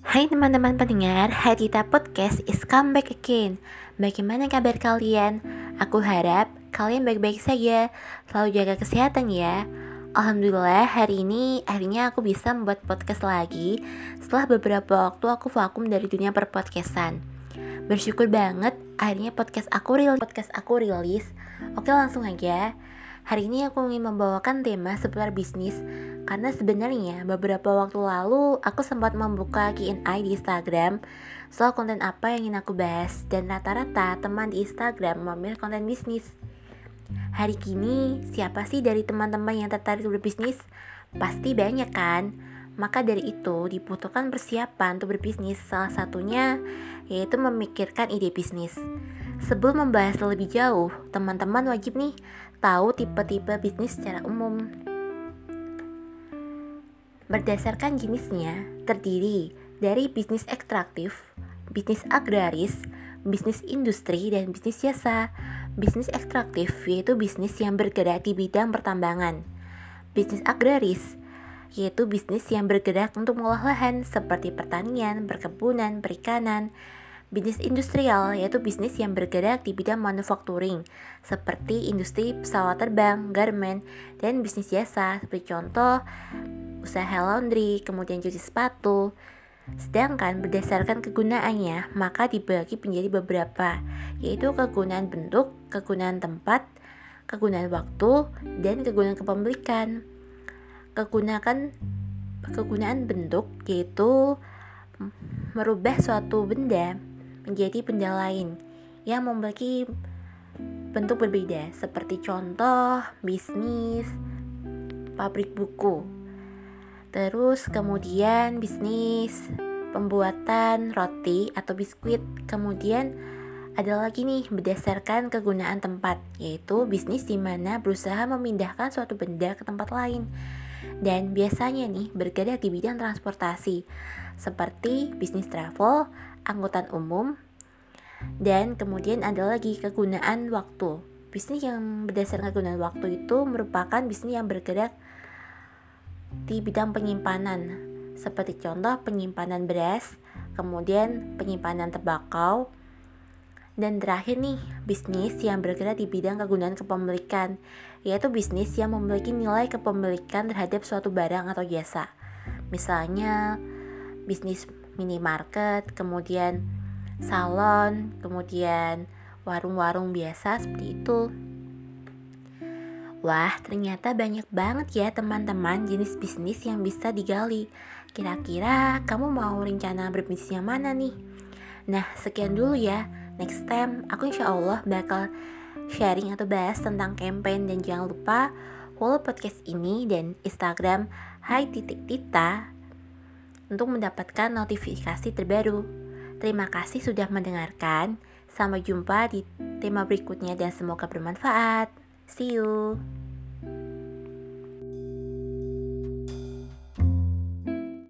Hai teman-teman pendengar, Hadita Podcast is come back again. Bagaimana kabar kalian? Aku harap kalian baik-baik saja, selalu jaga kesehatan ya. Alhamdulillah hari ini akhirnya aku bisa membuat podcast lagi setelah beberapa waktu aku vakum dari dunia perpodcastan. Bersyukur banget akhirnya podcast aku rilis. Oke, langsung aja. Hari ini aku ingin membawakan tema seputar bisnis karena sebenarnya beberapa waktu lalu aku sempat membuka Q&A di Instagram soal konten apa yang ingin aku bahas, dan rata-rata teman di Instagram memilih konten bisnis. Hari kini siapa sih dari teman-teman yang tertarik berbisnis? Pasti banyak kan? Maka dari itu dibutuhkan persiapan untuk berbisnis. Salah satunya yaitu memikirkan ide bisnis. Sebelum membahas lebih jauh, teman-teman wajib nih tahu tipe-tipe bisnis secara umum. Berdasarkan jenisnya, terdiri dari bisnis ekstraktif, bisnis agraris, bisnis industri, dan bisnis jasa. Bisnis ekstraktif yaitu bisnis yang bergerak di bidang pertambangan. Bisnis agraris yaitu bisnis yang bergerak untuk mengolah lahan seperti pertanian, perkebunan, perikanan. Bisnis industrial yaitu bisnis yang bergerak di bidang manufacturing seperti industri pesawat terbang, garment, dan bisnis jasa seperti contoh usaha laundry, kemudian cuci sepatu. Sedangkan berdasarkan kegunaannya maka dibagi menjadi beberapa, yaitu kegunaan bentuk, kegunaan tempat, kegunaan waktu, dan kegunaan kepemilikan. Kegunaan bentuk yaitu merubah suatu benda menjadi benda lain yang memiliki bentuk berbeda, seperti contoh bisnis pabrik buku. Terus kemudian bisnis pembuatan roti atau biskuit. Kemudian ada lagi nih berdasarkan kegunaan tempat, yaitu bisnis di mana berusaha memindahkan suatu benda ke tempat lain. Dan biasanya nih bergerak di bidang transportasi seperti bisnis travel, angkutan umum. Dan kemudian ada lagi kegunaan waktu. Bisnis yang berdasarkan kegunaan waktu itu merupakan bisnis yang bergerak di bidang penyimpanan, seperti contoh penyimpanan beras, kemudian penyimpanan tembakau. Dan terakhir nih, bisnis yang bergerak di bidang kegunaan kepemilikan, yaitu bisnis yang memiliki nilai kepemilikan terhadap suatu barang atau jasa. Misalnya bisnis minimarket, kemudian salon, kemudian warung-warung biasa seperti itu. Wah, ternyata banyak banget ya teman-teman jenis bisnis yang bisa digali. Kira-kira kamu mau rencana berbisnis yang mana nih? Nah, sekian dulu ya. Next time aku insya Allah bakal sharing atau bahas tentang campaign. Dan jangan lupa follow podcast ini dan Instagram @hai_tita untuk mendapatkan notifikasi terbaru. Terima kasih sudah mendengarkan. Sampai jumpa di tema berikutnya dan semoga bermanfaat. See you.